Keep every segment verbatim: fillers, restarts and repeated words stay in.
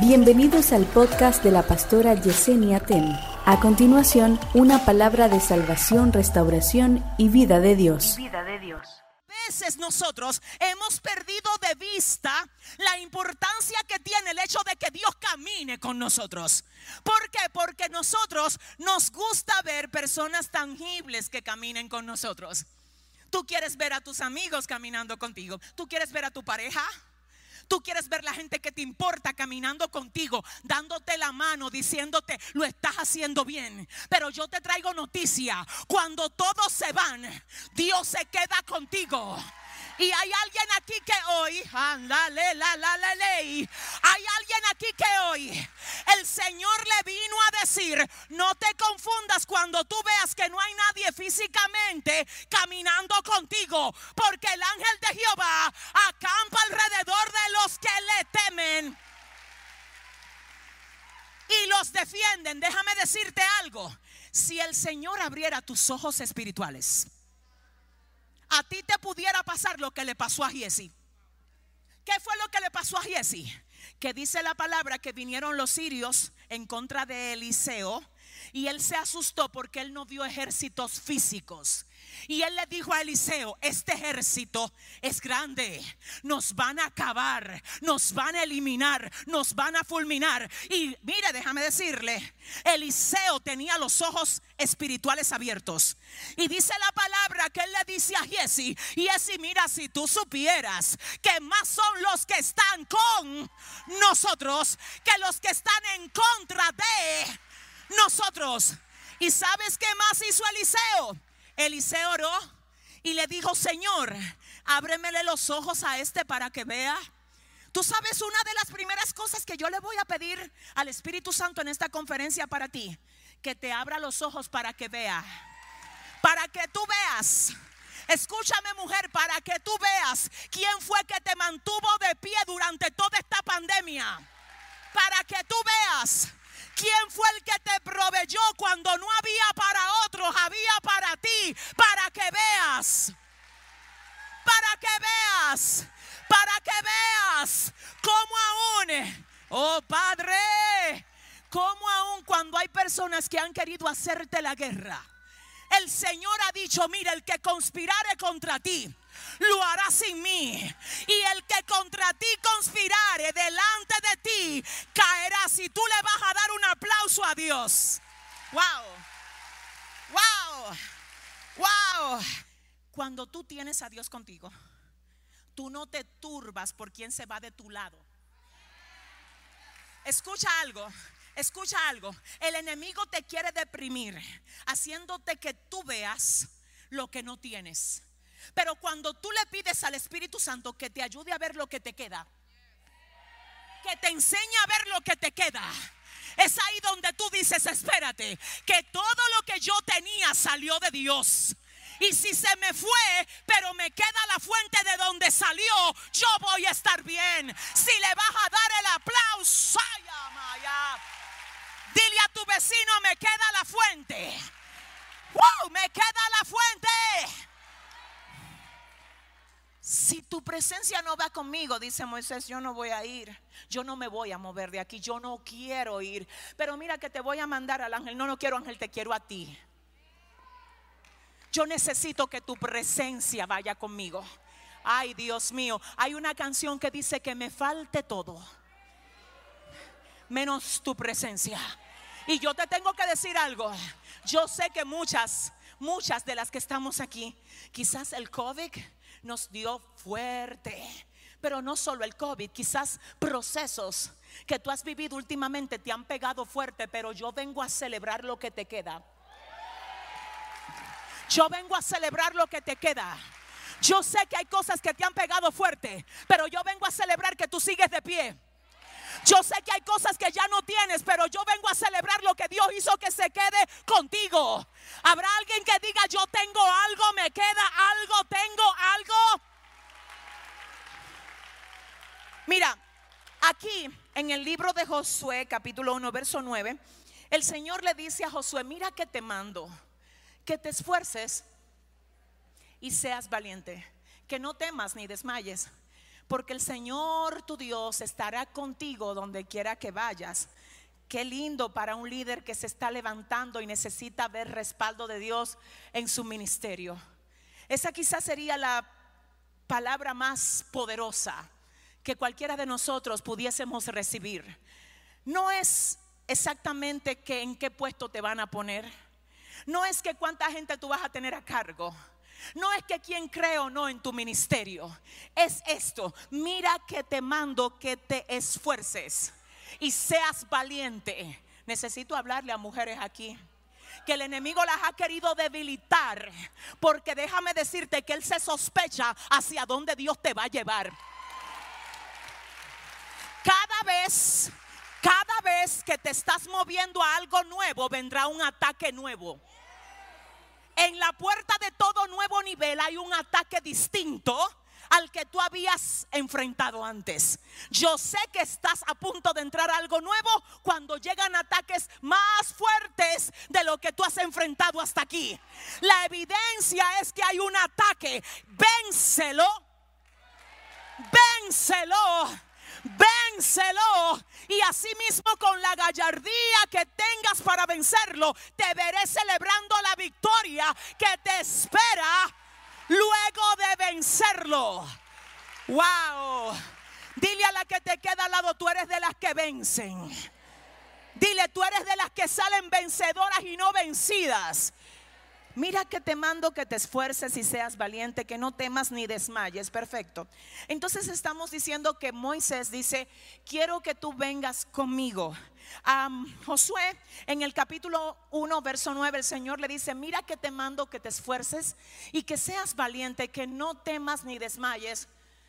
Bienvenidos al podcast de la pastora Yesenia Ten. A continuación, una palabra de salvación, restauración y vida de Dios. Vida de Dios. A veces nosotros hemos perdido de vista la importancia que tiene el hecho de que Dios camine con nosotros. ¿Por qué? Porque nosotros nos gusta ver personas tangibles que caminen con nosotros. Tú quieres ver a tus amigos caminando contigo. Tú quieres ver a tu pareja. Tú quieres ver la gente que te importa caminando contigo, dándote la mano, diciéndote lo estás haciendo bien. Pero yo te traigo noticia: cuando todos se van, Dios se queda contigo. Y hay alguien aquí que hoy, andale, la, la, la, ley. Hay alguien aquí que hoy el Señor le vino a decir: no te confundas cuando tú veas que no hay nadie físicamente caminando contigo, porque el ángel de Jehová acampa alrededor de los que le temen y los defienden. Déjame decirte algo: si el Señor abriera tus ojos espirituales, a ti te pudiera pasar lo que le pasó a Giesi. ¿Qué fue lo que le pasó a Giesi? Que dice la palabra que vinieron los sirios en contra de Eliseo y él se asustó porque él no vio ejércitos físicos. Y él le dijo a Eliseo: este ejército es grande, nos van a acabar, nos van a eliminar, nos van a fulminar. Y mire, déjame decirle, Eliseo tenía los ojos espirituales abiertos. Y dice la palabra que él le dice a Giesi: Giesi, mira, si tú supieras que más son los que están con nosotros que los que están en contra de nosotros. ¿Y sabes qué más hizo Eliseo? Eliseo oró y le dijo: Señor, ábremele los ojos a este para que vea. Tú sabes, una de las primeras cosas que yo le voy a pedir al Espíritu Santo en esta conferencia para ti, que te abra los ojos para que vea, para que tú veas. Escúchame, mujer, para que tú veas quién fue que te mantuvo de pie durante toda esta pandemia. Para que tú veas quién fue el que te proveyó cuando no había para otros, había para ti. Para que veas, para que veas, para que veas cómo aún, oh Padre, cómo aún cuando hay personas que han querido hacerte la guerra, el Señor ha dicho: mira, el que conspirare contra ti, lo hará sin mí. Y el que contra ti conspirare delante de ti, caerá. Si tú le vas a dar un aplauso a Dios. Wow, wow, wow. Cuando tú tienes a Dios contigo, tú no te turbas por quien se va de tu lado. Escucha algo. Escucha algo, el enemigo te quiere deprimir, haciéndote que tú veas lo que no tienes. Pero cuando tú le pides al Espíritu Santo que te ayude a ver lo que te queda, que te enseñe a ver lo que te queda, es ahí donde tú dices: espérate, que todo lo que yo tenía salió de Dios. Y si se me fue, pero me queda la fuente de donde salió, yo voy a estar bien. Si le vas a dar el aplauso, ay, amaya, dile a tu vecino: me queda la fuente. ¡Wow! Me queda la fuente. Si tu presencia no va conmigo, dice Moisés, yo no voy a ir. Yo no me voy a mover de aquí. Yo no quiero ir. Pero mira que te voy a mandar al ángel. No, no quiero ángel, te quiero a ti. Yo necesito que tu presencia vaya conmigo. Ay, Dios mío, hay una canción que dice que me falte todo menos tu presencia. Y yo te tengo que decir algo. Yo sé que muchas, muchas de las que estamos aquí, quizás el COVID nos dio fuerte. Pero no solo el COVID, quizás procesos que tú has vivido últimamente te han pegado fuerte. Pero yo vengo a celebrar lo que te queda. Yo vengo a celebrar lo que te queda. Yo sé que hay cosas que te han pegado fuerte, pero yo vengo a celebrar que tú sigues de pie. Yo sé que hay cosas que ya no tienes, pero yo vengo a celebrar lo que Dios hizo que se quede contigo. Habrá alguien que diga: yo tengo algo, me queda algo, tengo algo. Mira, aquí en el libro de Josué, capítulo uno, verso nueve, el Señor le dice a Josué: mira que te mando que te esfuerces y seas valiente, que no temas ni desmayes, porque el Señor tu Dios estará contigo donde quiera que vayas. Qué lindo para un líder que se está levantando y necesita ver respaldo de Dios en su ministerio. Esa quizás sería la palabra más poderosa que cualquiera de nosotros pudiésemos recibir. No es exactamente que en qué puesto te van a poner. No es que cuánta gente tú vas a tener a cargo. No es que quién cree o no en tu ministerio. Es esto: mira que te mando que te esfuerces y seas valiente. Necesito hablarle a mujeres aquí que el enemigo las ha querido debilitar, porque déjame decirte que él se sospecha hacia dónde Dios te va a llevar. Cada vez, cada vez que te estás moviendo a algo nuevo, vendrá un ataque nuevo. En la puerta de todo nuevo nivel hay un ataque distinto al que tú habías enfrentado antes. Yo sé que estás a punto de entrar a algo nuevo cuando llegan ataques más fuertes de lo que tú has enfrentado hasta aquí. La evidencia es que hay un ataque. Vénselo. Vénselo. Vénselo, y así mismo con la gallardía que tengas para vencerlo, te veré celebrando la victoria que te espera luego de vencerlo. Wow. Dile a la que te queda al lado: tú eres de las que vencen. Dile: tú eres de las que salen vencedoras y no vencidas. Mira que te mando que te esfuerces y seas valiente, que no temas ni desmayes. Perfecto. Entonces estamos diciendo que Moisés dice: quiero que tú vengas conmigo. Um, Josué, en el capítulo uno verso nueve, el Señor le dice: mira que te mando que te esfuerces y que seas valiente, que no temas ni desmayes,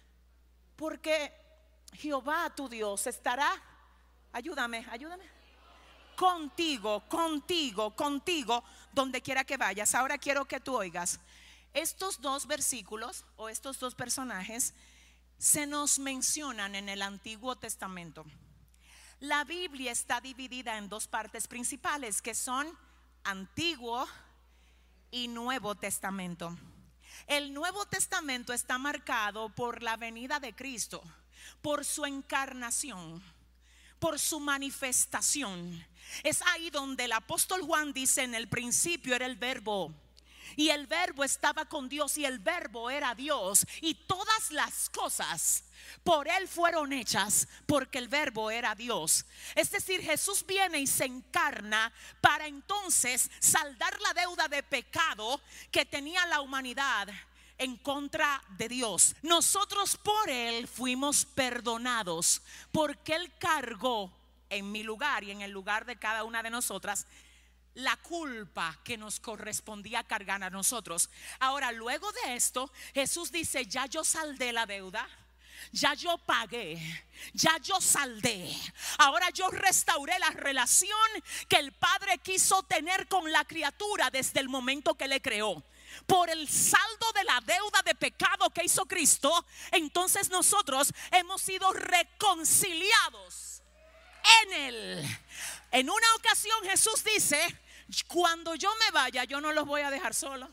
porque Jehová tu Dios estará, ayúdame, ayúdame contigo, contigo, contigo, donde quiera que vayas. Ahora quiero que tú oigas. Estos dos versículos o estos dos personajes se nos mencionan en el Antiguo Testamento. La Biblia está dividida en dos partes principales, que son Antiguo y Nuevo Testamento. El Nuevo Testamento está marcado por la venida de Cristo, por su encarnación, por su manifestación. Es ahí donde el apóstol Juan dice: en el principio era el verbo, y el verbo estaba con Dios, y el verbo era Dios, y todas las cosas por él fueron hechas, porque el verbo era Dios. Es decir, Jesús viene y se encarna para entonces saldar la deuda de pecado que tenía la humanidad en contra de Dios. Nosotros por él fuimos perdonados, porque él cargó en mi lugar y en el lugar de cada una de nosotras la culpa que nos correspondía cargar a nosotros. Ahora, luego de esto, Jesús dice: ya yo saldé la deuda, ya yo pagué, ya yo saldé. Ahora yo restauré la relación que el Padre quiso tener con la criatura desde el momento que le creó. Por el saldo de la deuda de pecado que hizo Cristo, entonces nosotros hemos sido reconciliados en él. En una ocasión Jesús dice: cuando yo me vaya, yo no los voy a dejar solos.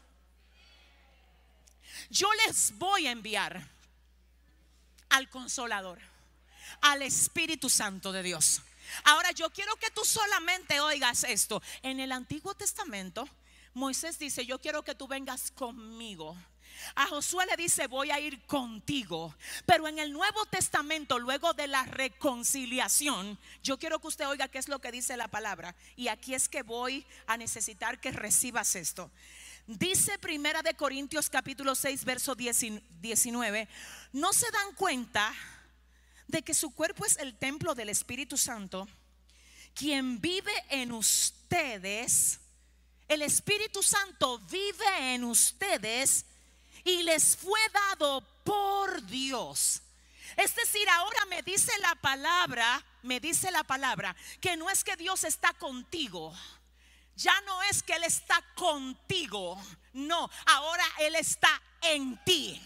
Yo les voy a enviar al Consolador, al Espíritu Santo de Dios. Ahora yo quiero que tú solamente oigas esto. En el Antiguo Testamento Moisés dice: yo quiero que tú vengas conmigo. A Josué le dice: voy a ir contigo. Pero en el Nuevo Testamento, luego de la reconciliación, yo quiero que usted oiga qué es lo que dice la palabra. Y aquí es que voy a necesitar que recibas esto. Dice Primera de Corintios capítulo seis verso diecinueve: ¿no se dan cuenta de que su cuerpo es el templo del Espíritu Santo, quien vive en ustedes? El Espíritu Santo vive en ustedes y les fue dado por Dios. Es decir, ahora me dice la palabra, me dice la palabra que no es que Dios está contigo. Ya no es que Él está contigo. No, ahora Él está en ti.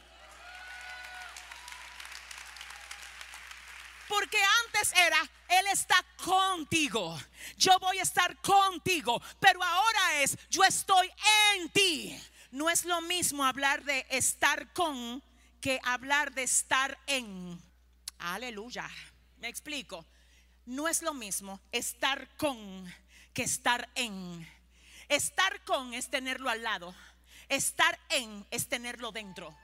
Porque antes era: Él está contigo, yo voy a estar contigo. Pero ahora es: yo estoy en ti. No es lo mismo hablar de estar con que hablar de estar en. Aleluya. Me explico. No es lo mismo estar con que estar en. Estar con es tenerlo al lado. Estar en es tenerlo dentro.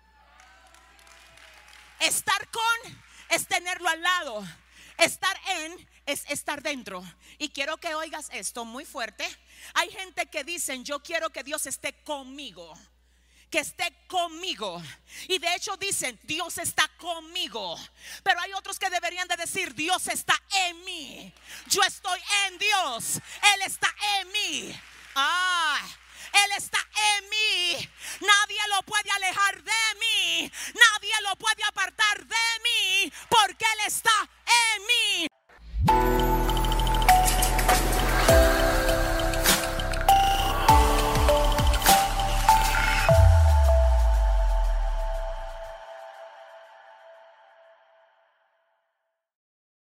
Estar con es tenerlo al lado. Estar en es estar dentro. Y quiero que oigas esto muy fuerte. Hay gente que dicen: yo quiero que Dios esté conmigo, que esté conmigo. Y de hecho dicen: Dios está conmigo. Pero hay otros que deberían de decir: Dios está en mí. Yo estoy en Dios, Él está en mí. Ah, Él está en mí. Nadie lo puede alejar de mí. Nadie lo puede apartar de mí, porque Él está